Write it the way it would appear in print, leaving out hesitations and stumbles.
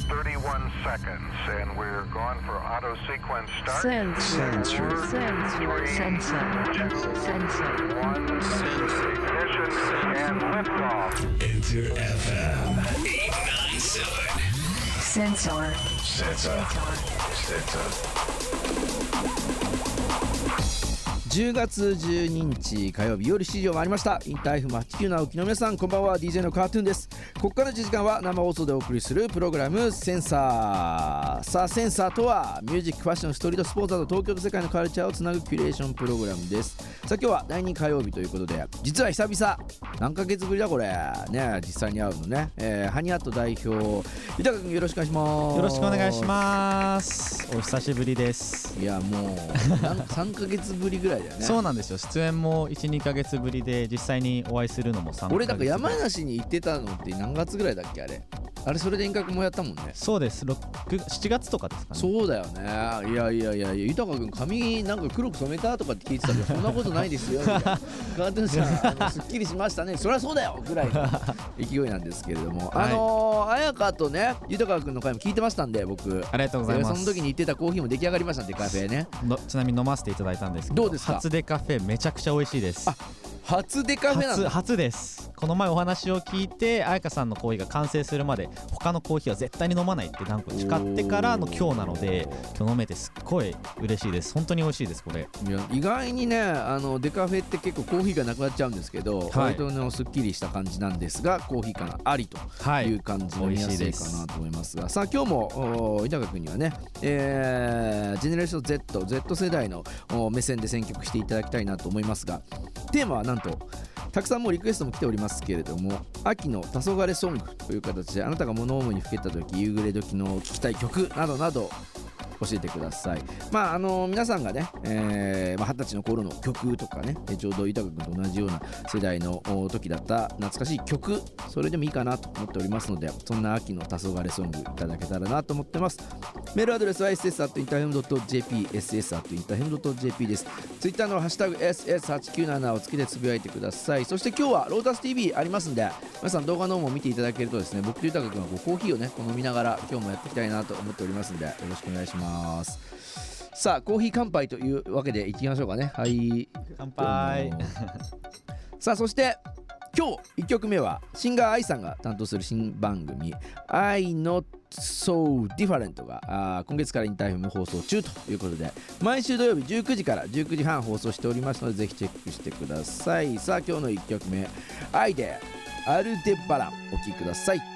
31 seconds, and we're going for auto sequence start. Sensor. One, ignition, and liftoff. Enter FM 897. Sensor. 10月12日火曜日夜7時を回りました。インター F897 直樹の皆さんこんばんは。 DJ のカートゥーンです。ここからの1時間は生放送でお送りするプログラムセンサー。さあセンサーとはミュージック、ファッション、ストリートスポーツなど東京と世界のカルチャーをつなぐキュレーションプログラムです。さあ今日は第2火曜日ということで、実は久々何ヶ月ぶりだこれね、実際に会うのね、ハニアット代表豊君よろしくお願いします。 よろしくお願いします。お久しぶりです。 いやもう3ヶ月ぶりぐらいだよね。 そうなんですよ。出演も 1,2 ヶ月ぶりで、実際にお会いするのも3ヶ月ぶり。 俺だから山梨に行ってたのって何月ぐらいだっけあれそれで遠隔もやったもんね。そうです。 7月とかですかね。 そうだよね。いや豊君髪なんか黒く染めたとかって聞いてたけどそんなことないですよみたいなガートゥーンさんすっきりしましたね、そりゃそうだよぐらいの勢いなんですけれども、はい、彩香とね豊君の回も聞いてましたんで僕ありがとうございます。 その時に言ってたコーヒーも出来上がりましたんで、カフェね。 ちなみに飲ませていただいたんですけど、 どうですか？ 初デカフェめちゃくちゃ美味しいです。 初デカフェなんだ。 初です。この前お話を聞いて、彩香さんのコーヒーが完成するまで他のコーヒーは絶対に飲まないって何個誓ってからの今日なので、今日飲めてすっごい嬉しいです。本当に美味しいですこれ。 いや意外にねデカフェって結構コーヒーがなくなっちゃうんですけど、割とねすっきりした感じなんですが、コーヒーかなありという感じの見やすいかなと思いますが、さあ今日も豊君にはね、ジェネレーション Z 世代の目線で選曲していただきたいなと思いますが、テーマはなんとたくさんもうリクエストも来ておりますけれども、秋の黄昏ソングという形で、あなたが物思いにふけた時、夕暮れ時の聴きたい曲などなど教えてください。皆さんがね、20歳の頃の曲とかね、ちょうど豊君と同じような世代の時だった懐かしい曲、それでもいいかなと思っておりますので、そんな秋の黄昏ソングいただけたらなと思ってます。メールアドレスは ss@interfm.jp ss@interfm.jp です。ツイッターのハッシュタグ ss897 をつけてつぶやいてください。そして今日はロータス TV ありますんで、皆さん動画の方も見ていただけるとですね、僕と豊君はコーヒーをね飲みながら今日もやっていきたいなと思っておりますんで、よろしくお願いします。さあコーヒー乾杯というわけでいきましょうかね。はい、 乾杯さあそして今日1曲目はシンガー愛さんが担当する新番組 I Not So Different が今月からインター FM 放送中ということで、毎週土曜日19時から19時半放送しておりますので、ぜひチェックしてください。さあ今日の1曲目、愛でアルデバランお聴きください。